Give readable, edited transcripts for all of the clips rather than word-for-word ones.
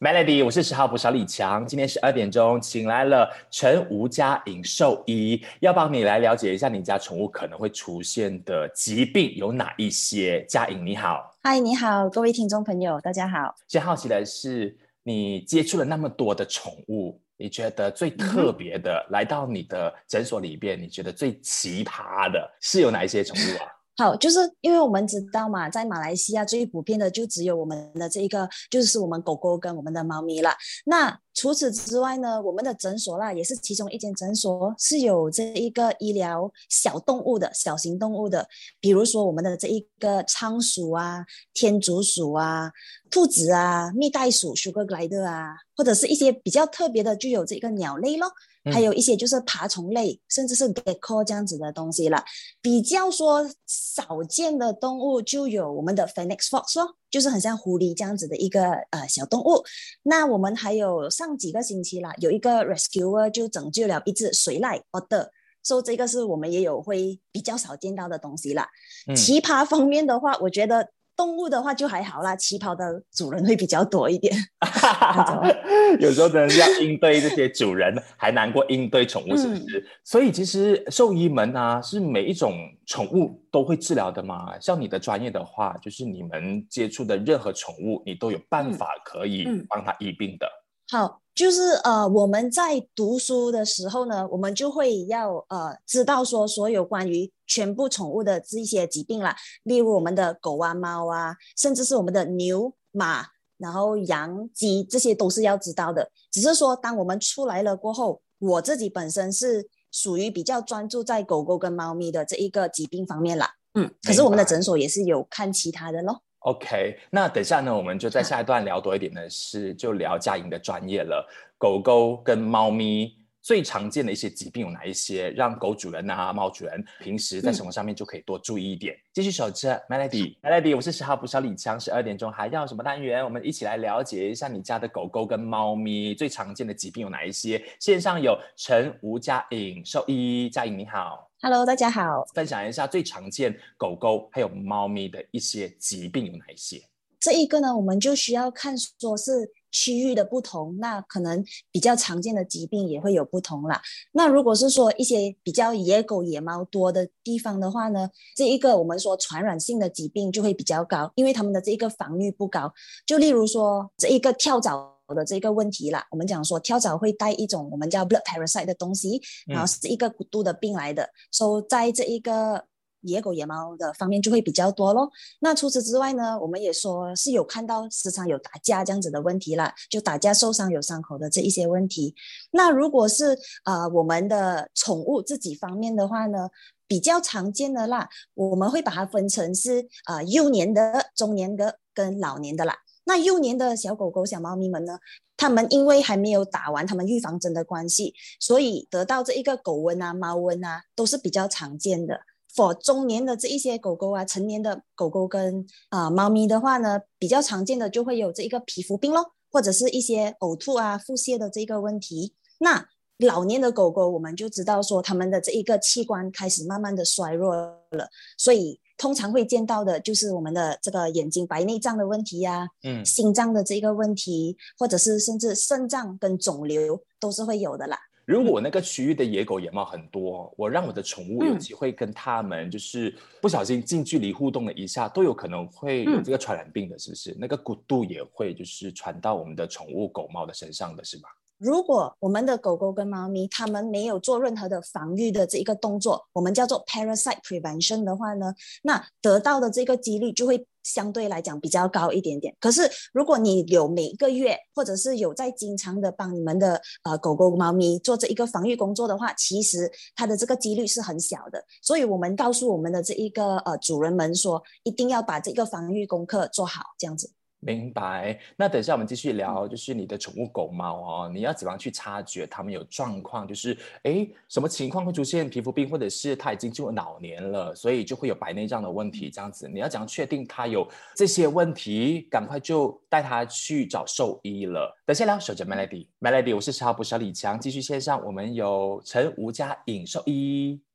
Melody，我是10号捕手李强，今天12点钟请来了陈吴佳颖兽医，要帮你来了解一下你家宠物可能会出现的疾病有哪一些。佳颖你好。 嗨，你好，各位听众朋友，大家好。 先好奇的是，你接触了那么多的宠物，你觉得最特嗯哼， 别的，来到你的诊所里边，你觉得最奇葩的是有哪一些宠物啊？ 好，就是因为我们知道嘛，在马来西亚最普遍的就只有我们的这一个，就是我们狗狗跟我们的猫咪啦。那除此之外呢，我们的诊所啦，也是其中一间诊所是有这一个医疗小动物的小型动物的，比如说我们的这一个仓鼠啊、天竺鼠啊、兔子啊、蜜袋鼠 （Sugar Glider） 啊，或者是一些比较特别的，就有这个鸟类咯。还嗯。 有一些就是爬虫类，甚至是 gecko 这样子的东西啦。比较说少见的动物就有我们的 Phoenix Fox 咯，就是很像狐狸这样子的一个小动物。那我们还有上几个星期啦，有一个 rescuer 就拯救了一只水獭 otter。所以这个是我们也有会比较少见到的东西啦。 嗯。 奇葩方面的话，我觉得动物的话就还好啦，奇葩的主人会比较多一点。那种， 有时候真的是要应对这些主人，还难过应对宠物，是不嗯是？所以其实兽医们啊，是每一种宠物都会治疗的嘛。像你的专业的话，就是你们接触的任何宠物，你都有办嗯法可以嗯。 帮它医病的。 好，就是我们在读书的时候呢，我们就会要知道说所有关于全部宠物的这一些疾病啦，例如我们的狗啊、猫啊，甚至是我们的牛、马，然后羊、鸡，这些都是要知道的。只是说，当我们出来了过后，我自己本身是属于比较专注在狗狗跟猫咪的这一个疾病方面啦。可是我们的明白。 诊所也是有看其他的咯。 OK，那等下呢，我们就在下一段聊多一点的是，就聊佳颖的专业了。狗狗跟猫咪最常见的一些疾病有哪一些？让狗主人啊、猫主人平时在生嗯。 活上面就可以多注意一点。继续守着 Melody，Melody，我是10号捕手李强，12点钟还要什么单元？我们一起来了解一下你家的狗狗跟猫咪最常见的疾病有哪一些？线上有陈吴佳颖兽医，佳颖你好。 Hello，大家好。 分享一下最常见狗狗还有猫咪的一些疾病有哪一些？ 这一个呢，我们就需要看说是区域的不同，那可能比较常见的疾病也会有不同啦。那如果是说一些比较野狗、野猫多的地方的话呢，这一个我们说传染性的疾病就会比较高，因为他们的这一个防御不高。就例如说这一个跳蚤的这个问题啦，我们讲说跳蚤会带一种我们叫 blood parasite 的东西，然后嗯。 是一个骨毒的病来的，所以在这一个野狗、野猫的方面就会比较多咯。那除此之外呢，我们也说是有看到时常有打架这样子的问题啦，就打架受伤有伤口的这一些问题。那如果是我们的宠物自己方面的话呢，比较常见的啦，我们会把它分成是幼年的、中年的跟老年的啦。那幼年的小狗狗、小猫咪们呢，他们因为还没有打完他们预防针的关系，所以得到这一个狗瘟啊、猫瘟啊，都是比较常见的。for 中年的这一些狗狗啊，成年的狗狗跟猫咪的话呢，比较常见的就会有这一个皮肤病咯，或者是一些呕吐啊、腹泻的这个问题。那老年的狗狗，我们就知道说他们的这一个器官开始慢慢的衰弱了，所以通常会见到的就是我们的这个眼睛白内障的问题呀、 嗯。 心脏的这个问题，或者是甚至肾脏跟肿瘤都是会有的啦。 如果我那个区域的野狗野猫很多，我让我的宠物有嗯机会跟它们就是不小心近距离互动了一下，都有可能会有嗯。 这个传染病的，是不是？那个骨度也会就是传到我们的宠物狗猫的身上的，是吧？ 如果我们的狗狗跟猫咪它们没有做任何的防御的这一个动作，我们叫做 parasite prevention 的话呢，那得到的这个几率就会相对来讲比较高一点点。可是如果你有每个月或者是有在经常的帮你们的狗狗猫咪做这一个防御工作的话，其实它的这个几率是很小的。所以我们告诉我们的这一个主人们说，一定要把这个防御功课做好，这样子。 明白。那等一下我们继续聊，就是你的宠物狗猫哦，你要怎么样去察觉它们有状况？就是什么情况会出现皮肤病，或者是它已经进入老年了，所以就会有白内障的问题，这样子你要怎样确定它有这些问题，赶快就带它去找兽医了。等下聊，守着 Melody，Melody，我是10号捕手李强，继续线上我们有陈吴佳颖兽医。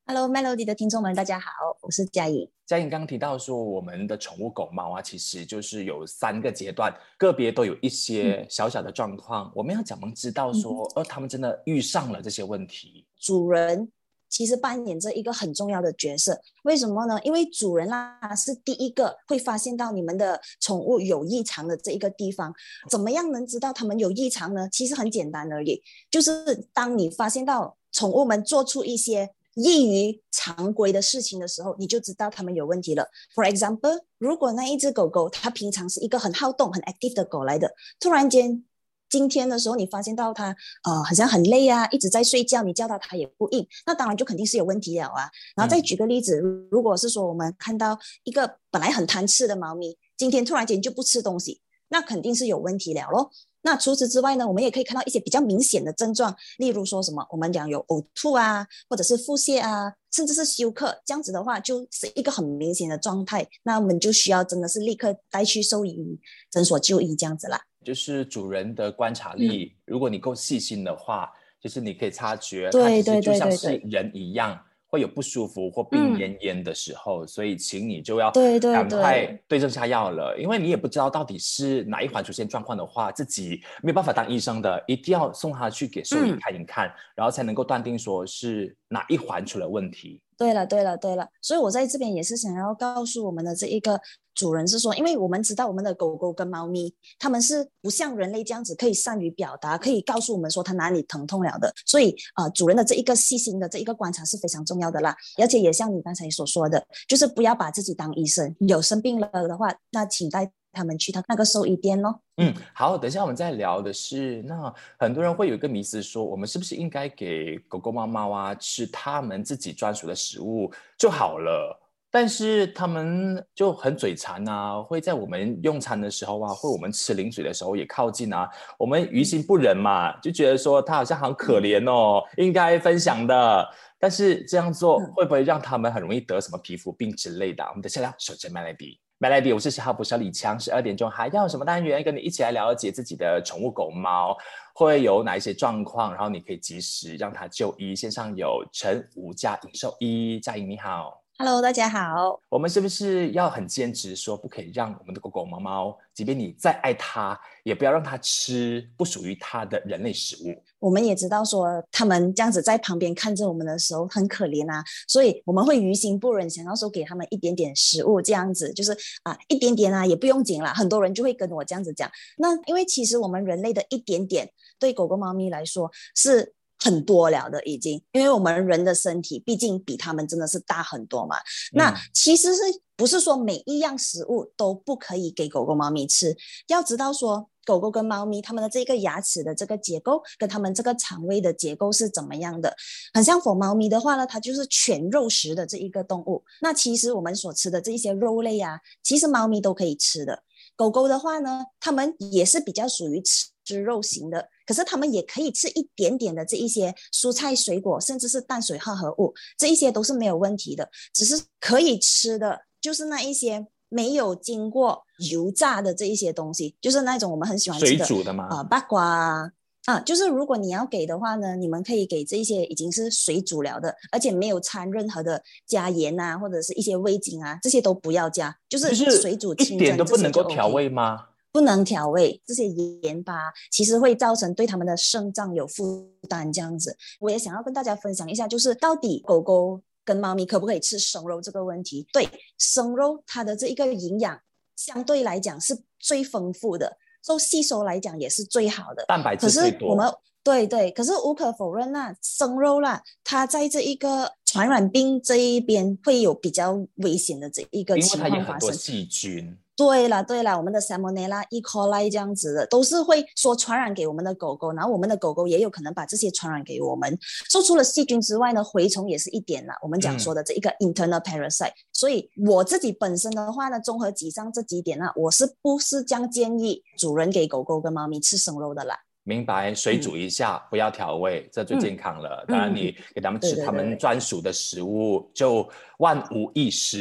Hello Melody 的听众们，大家好，我是佳颖。 佳颖刚刚提到说，我们的宠物狗猫啊，其实就是有3个阶段，个别都有一些小小的状况。我们要怎么知道说，他们真的遇上了这些问题？ 主人其实扮演着一个很重要的角色，为什么呢？因为主人啦是第一个会发现到你们的宠物有异常的这一个地方。怎么样能知道它们有异常呢？其实很简单而已，就是当你发现到宠物们做出一些异于常规的事情的时候，你就知道它们有问题了。For example，如果那一只狗狗它平常是一个很好动、很 active 的狗来的，突然间今天的时候你发现到它好像很累啊，一直在睡觉，你叫它也不应，那当然就肯定是有问题了啊。然后再举个例子，如果是说我们看到一个本来很贪吃的猫咪，今天突然间就不吃东西，那肯定是有问题了咯。那除此之外呢，我们也可以看到一些比较明显的症状，例如说什么我们讲有呕吐啊，或者是腹泻啊，甚至是休克，这样子的话就是一个很明显的状态，那我们就需要真的是立刻带去兽医诊所就医这样子啦。 就是主人的观察力，如果你够细心的话，就是你可以察觉它其实对对就像是对对对， 人一样，会有不舒服或病恹恹的时候，所以请你就要对对赶快对， 对症下药了，因为你也不知道到底是哪一环出现状况的话，自己没有办法当医生的，一定要送他去给兽医看一看，然后才能够断定说是哪一环出了问题。 对了，对了，对了，所以我在这边也是想要告诉我们的这一个主人是说，因为我们知道我们的狗狗跟猫咪，它们是不像人类这样子可以善于表达，可以告诉我们说它哪里疼痛了的，所以主人的这一个细心的这一个观察是非常重要的啦。而且也像你刚才所说的，就是不要把自己当医生，有生病了的话，那请带他们去他那个兽医店咯。 好，等一下我们再聊的是，那很多人会有一个迷思说，我们是不是应该给狗狗、猫猫啊吃他们自己专属的食物就好了？但是他们就很嘴馋啊，会在我们用餐的时候啊，或我们吃零嘴的时候也靠近啊，我们于心不忍嘛，就觉得说他好像很可怜哦，应该分享的。但是这样做会不会让他们很容易得什么皮肤病之类的？我们等下聊，守着麦来比。Melody，我是10号捕手李强，12点钟还要什么单元跟你一起来了解自己的宠物狗猫会有哪一些状况，然后你可以及时让它就医。线上有陈吴佳颖兽医，佳颖你好。 Hello，大家好。 我们是不是要很坚持说不可以让我们的狗狗猫猫，即便你再爱它，也不要让它吃不属于它的人类食物？ 我们也知道说他们这样子在旁边看着我们的时候很可怜啊，所以我们会于心不忍，想要说给他们一点点食物，这样子就是一点点啊也不用紧啦。很多人就会跟我这样子讲，那因为其实我们人类的一点点对狗狗猫咪来说是很多了的已经，因为我们人的身体毕竟比他们真的是大很多嘛。那其实是不是说每一样食物都不可以给狗狗猫咪吃？要知道说狗狗跟猫咪它们的这个牙齿的这个结构跟它们这个肠胃的结构是怎么样的。很像狗猫咪的话呢，它就是全肉食的这一个动物。那其实我们所吃的这一些肉类啊，其实猫咪都可以吃的。狗狗的话呢，它们也是比较属于吃肉型的，可是它们也可以吃一点点的这一些蔬菜水果，甚至是碳水化合物，这一些都是没有问题的。只是可以吃的就是那一些没有经过油炸的这一些东西，就是那种我们很喜欢吃的水煮的吗？ 八卦就是如果你要给的话呢，你们可以给这些已经是水煮了的，而且没有掺任何的加盐啊，或者是一些味精啊，这些都不要加，就是水煮清蒸， 一点都不能够这些就调 OK。 味吗？ 不能调味，这些盐巴其实会造成对他们的肾脏有负担。这样子，我也想要跟大家分享一下，就是到底狗狗跟猫咪可不可以吃生肉这个问题。对，生肉它的这一个营养相对来讲是最丰富的，吸收来讲也是最好的。 蛋白质可是最多。 我们对，可是无可否认啦，生肉啦，它在这一个传染病这一边会有比较危险的这一个因为情它有很多况发生。 细菌。 对啦，我们的 Salmonella、E. coli 这样子的，都是会说传染给我们的狗狗，然后我们的狗狗也有可能把这些传染给我们。除了细菌之外呢，蛔虫也是一点啦。我们讲说的这一个 internal parasite，所以我自己本身的话呢，综合以上这几点呢，我是不是将建议主人给狗狗跟猫咪吃生肉的啦？ 明白，水煮一下，不要调味，这最健康了。当然，你给他们吃他们专属的食物，就万无一失。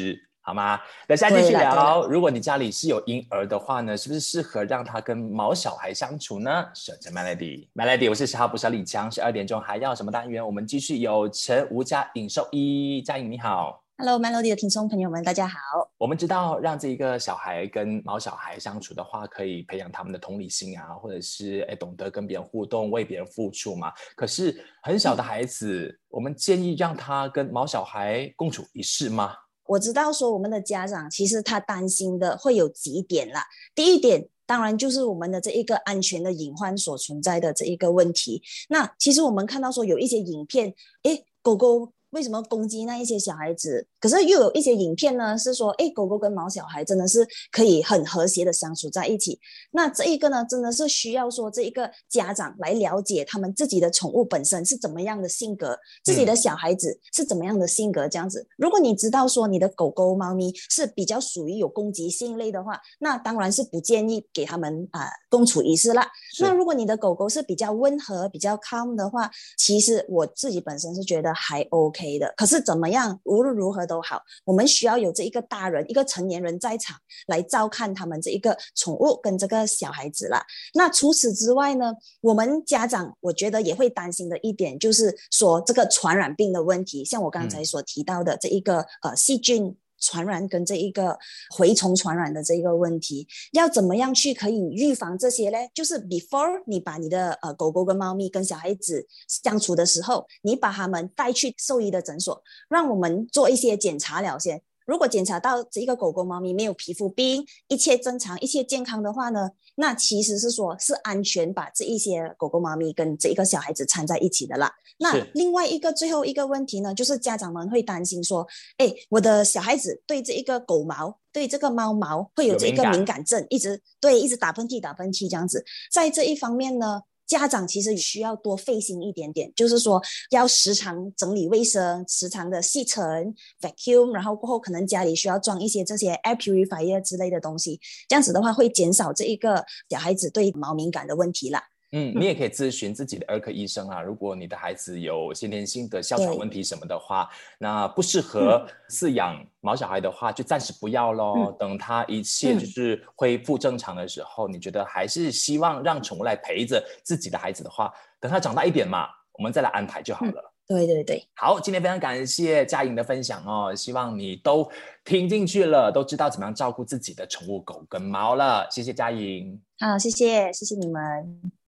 好吗？等下继续对了，对了。 聊。如果你家里是有婴儿的话呢，是不是适合让他跟毛小孩相处呢？选择 Melody，Melody，我是10号，不是李强。12点钟还要什么单元？我们继续有陈吴佳颖兽医，佳颖你好。 Hello Melody 的听众朋友们，大家好。 我们知道，让这一个小孩跟毛小孩相处的话，可以培养他们的同理心啊，或者是懂得跟别人互动，为别人付出嘛。可是很小的孩子，我们建议让他跟毛小孩共处一室吗？ 我知道说我们的家长其实他担心的会有几点啦。第一点，当然就是我们的这一个安全的隐患所存在的这一个问题。那其实我们看到说有一些影片，诶，狗狗为什么攻击那一些小孩子？可是又有一些影片呢，是说，诶，狗狗跟毛小孩真的是可以很和谐的相处在一起。那这一个呢，真的是需要说这一个家长来了解他们自己的宠物本身是怎么样的性格，自己的小孩子是怎么样的性格，这样子。如果你知道说你的狗狗、猫咪是比较属于有攻击性类的话，那当然是不建议给他们共处一室啦。那如果你的狗狗是比较温和、比较 calm 的话，其实我自己本身是觉得还 OK 的。可是怎么样，无论如何都好，我们需要有这一个大人、一个成年人在场来照看他们这一个宠物跟这个小孩子啦。那除此之外呢，我们家长我觉得也会担心的一点就是说这个传染病的问题，像我刚才所提到的这一个细菌传染跟这一个蛔虫传染的这一个问题，要怎么样去可以预防这些呢？就是 before 你把你的狗狗跟猫咪跟小孩子相处的时候，你把他们带去兽医的诊所，让我们做一些检查了先。如果检查到这一个狗狗猫咪没有皮肤病，一切正常，一切健康的话呢，那其实是说是安全把这一些狗狗猫咪跟这一个小孩子掺在一起的啦。那另外一个最后一个问题呢，就是家长们会担心说，哎，我的小孩子对这一个狗毛对这个猫毛会有这个敏感症，一直打喷嚏这样子。在这一方面呢，家长其实需要多费心一点点，就是说要时常整理卫生，时常的吸尘 vacuum， 然后过后可能家里需要装一些这些 air purifier 之类的东西，这样子的话会减少这一个小孩子对毛敏感的问题啦。 你也可以咨询自己的儿科医生啊。如果你的孩子有先天性的哮喘问题什么的话，那不适合饲养毛小孩的话，就暂时不要咯。等他一切就是恢复正常的时候，你觉得还是希望让宠物来陪着自己的孩子的话，等他长大一点嘛，我们再来安排就好了。 对对对， 好，今天非常感谢佳颖的分享哦，希望你都听进去了，都知道怎么样照顾自己的宠物狗跟猫了。谢谢佳颖。 好，谢谢你们。